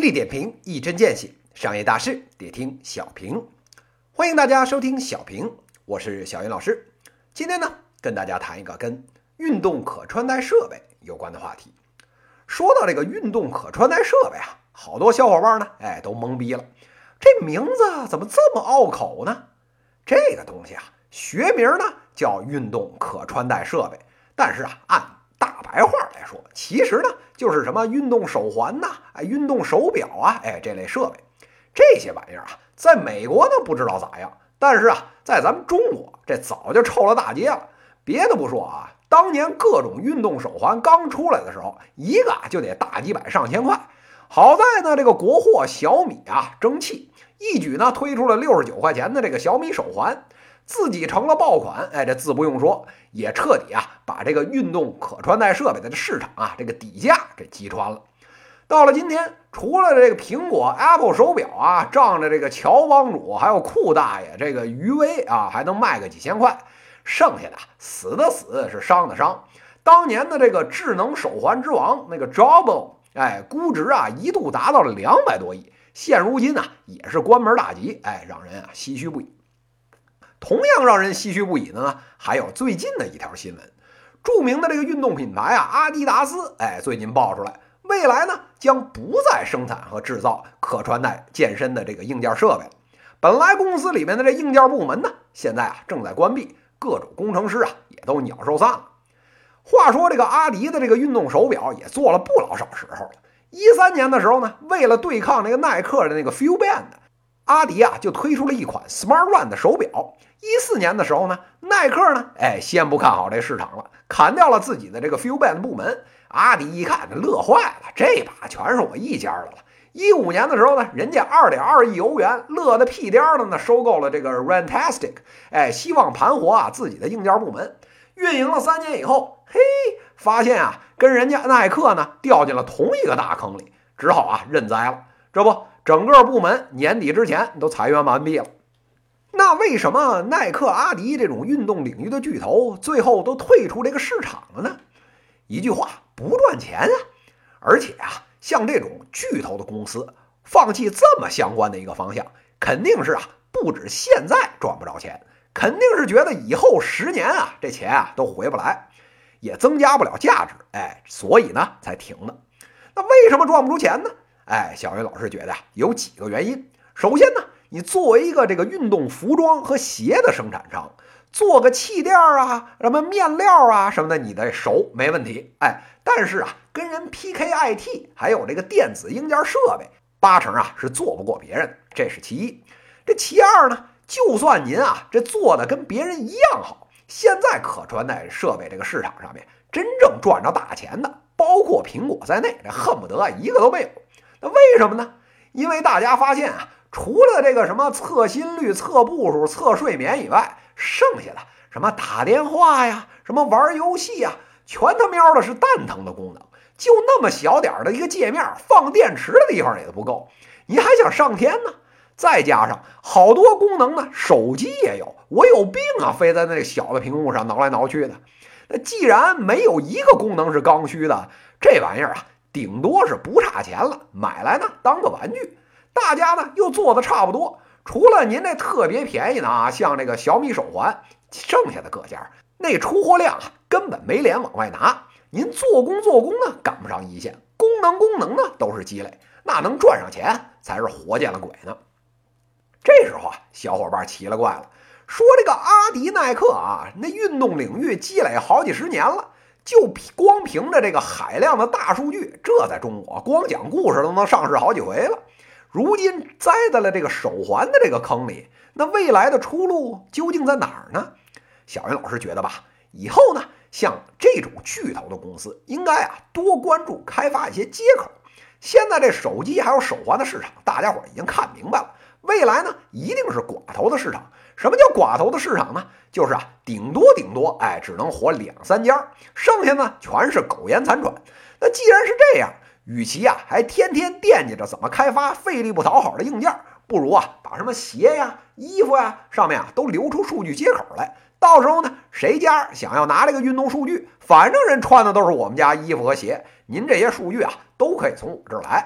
力点评，一针见血，商业大事得听小平。欢迎大家收听小平，我是小云老师。今天呢，跟大家谈一个跟运动可穿戴设备有关的话题。说到这个运动可穿戴设备啊，好多小伙伴呢，都懵逼了。这名字怎么这么拗口呢？这个东西啊，学名呢叫运动可穿戴设备，但是啊，按大白话来说，其实呢就是什么运动手环呐、运动手表啊，这类设备。这些玩意儿啊，在美国呢不知道咋样，但是啊，在咱们中国这早就臭了大街了。别的不说啊，当年各种运动手环刚出来的时候，一个就得大几百上千块。好在呢，这个国货小米啊争气，一举呢推出了69块钱的这个小米手环，自己成了爆款。这自不用说，也彻底啊把这个运动可穿戴设备的市场啊这个底价给击穿了。到了今天，除了这个苹果 Apple 手表啊仗着这个乔帮主还有酷大爷这个余威啊还能卖个几千块，剩下的死的死，是伤的伤。当年的这个智能手环之王那个 Jawbone，估值啊一度达到了200多亿，现如今啊也是关门大吉，让人啊唏嘘不已。同样让人唏嘘不已的呢，还有最近的一条新闻，著名的这个运动品牌啊阿迪达斯，最近爆出来，未来呢将不再生产和制造可穿戴健身的这个硬件设备了。本来公司里面的这硬件部门呢，现在啊正在关闭，各种工程师啊也都鸟兽散了。话说这个阿迪的这个运动手表也做了不老少时候了。13年的时候呢，为了对抗那个耐克的那个 FuelBand， 阿迪啊就推出了一款 Smart Run 的手表。14年的时候呢，耐克呢先不看好这市场了，砍掉了自己的这个 FuelBand 部门。阿迪一看乐坏了，这把全是我一家的了。15年的时候呢，人家2.2亿欧元乐得屁颠的呢收购了这个 Runtastic， 希望盘活啊自己的硬件部门。运营了3年以后，发现啊跟人家耐克呢掉进了同一个大坑里，只好啊认栽了。这不，整个部门年底之前都裁员完毕了。那为什么耐克、阿迪这种运动领域的巨头最后都退出这个市场了呢？一句话，不赚钱啊！而且啊，像这种巨头的公司放弃这么相关的一个方向，肯定是啊不止现在赚不着钱，肯定是觉得以后10年啊这钱啊都回不来，也增加不了价值，所以呢才停的。那为什么赚不出钱呢？小云老师觉得有几个原因。首先呢，你作为一个这个运动服装和鞋的生产商，做个气垫啊、什么面料啊什么的，你的熟没问题。但是啊，跟人 PK IT 还有这个电子硬件设备，80%啊是做不过别人的，这是其一。这其二呢，就算您啊这做的跟别人一样好，现在可穿戴设备这个市场上面真正赚着大钱的，包括苹果在内，这恨不得一个都没有。那为什么呢？因为大家发现啊，除了这个什么测心率、测步数、测睡眠以外，剩下的什么打电话呀、什么玩游戏呀，全他喵的是蛋疼的功能。就那么小点的一个界面，放电池的地方也不够，你还想上天呢？再加上好多功能呢，手机也有，我有病啊，非在那小的屏幕上挠来挠去的。那既然没有一个功能是刚需的，这玩意儿啊，顶多是不差钱了，买来呢当个玩具。大家呢又做的差不多，除了您这特别便宜的啊，像这个小米手环，剩下的各家那出货量啊根本没脸往外拿。您做工呢赶不上一线，功能呢都是积累，那能赚上钱才是活见了鬼呢。这时候啊，小伙伴奇了怪了，说这个阿迪耐克啊，那运动领域积累好几十年了，就光凭着这个海量的大数据，这在中国光讲故事都能上市好几回了。如今栽在了这个手环的这个坑里，那未来的出路究竟在哪儿呢？小云老师觉得吧，以后呢，像这种巨头的公司，应该啊多关注开发一些接口。现在这手机还有手环的市场，大家伙已经看明白了，未来呢一定是寡头的市场。什么叫寡头的市场呢？就是啊，顶多只能活2-3家，剩下呢全是苟延残喘。那既然是这样，与其啊还天天惦记着怎么开发费力不讨好的硬件，不如啊把什么鞋呀、衣服呀上面啊都留出数据接口来。到时候呢，谁家想要拿这个运动数据，反正人穿的都是我们家衣服和鞋，您这些数据啊都可以从我这儿来。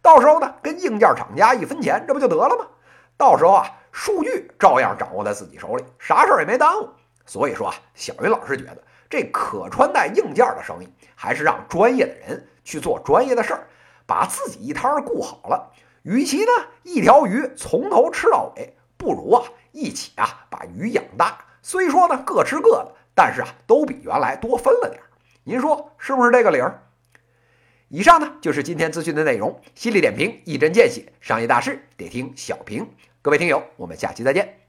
到时候呢跟硬件厂家一分钱，这不就得了吗？到时候啊数据照样掌握在自己手里，啥事儿也没耽误。所以说啊，小云老师觉得这可穿戴硬件的生意还是让专业的人去做专业的事儿，把自己一摊顾好了。与其呢一条鱼从头吃到尾，不如啊一起啊把鱼养大。虽说呢各吃各的，但是啊都比原来多分了点。您说是不是这个理儿？以上呢就是今天资讯的内容，犀利点评，一针见血，商业大事得听小平。各位听友，我们下期再见。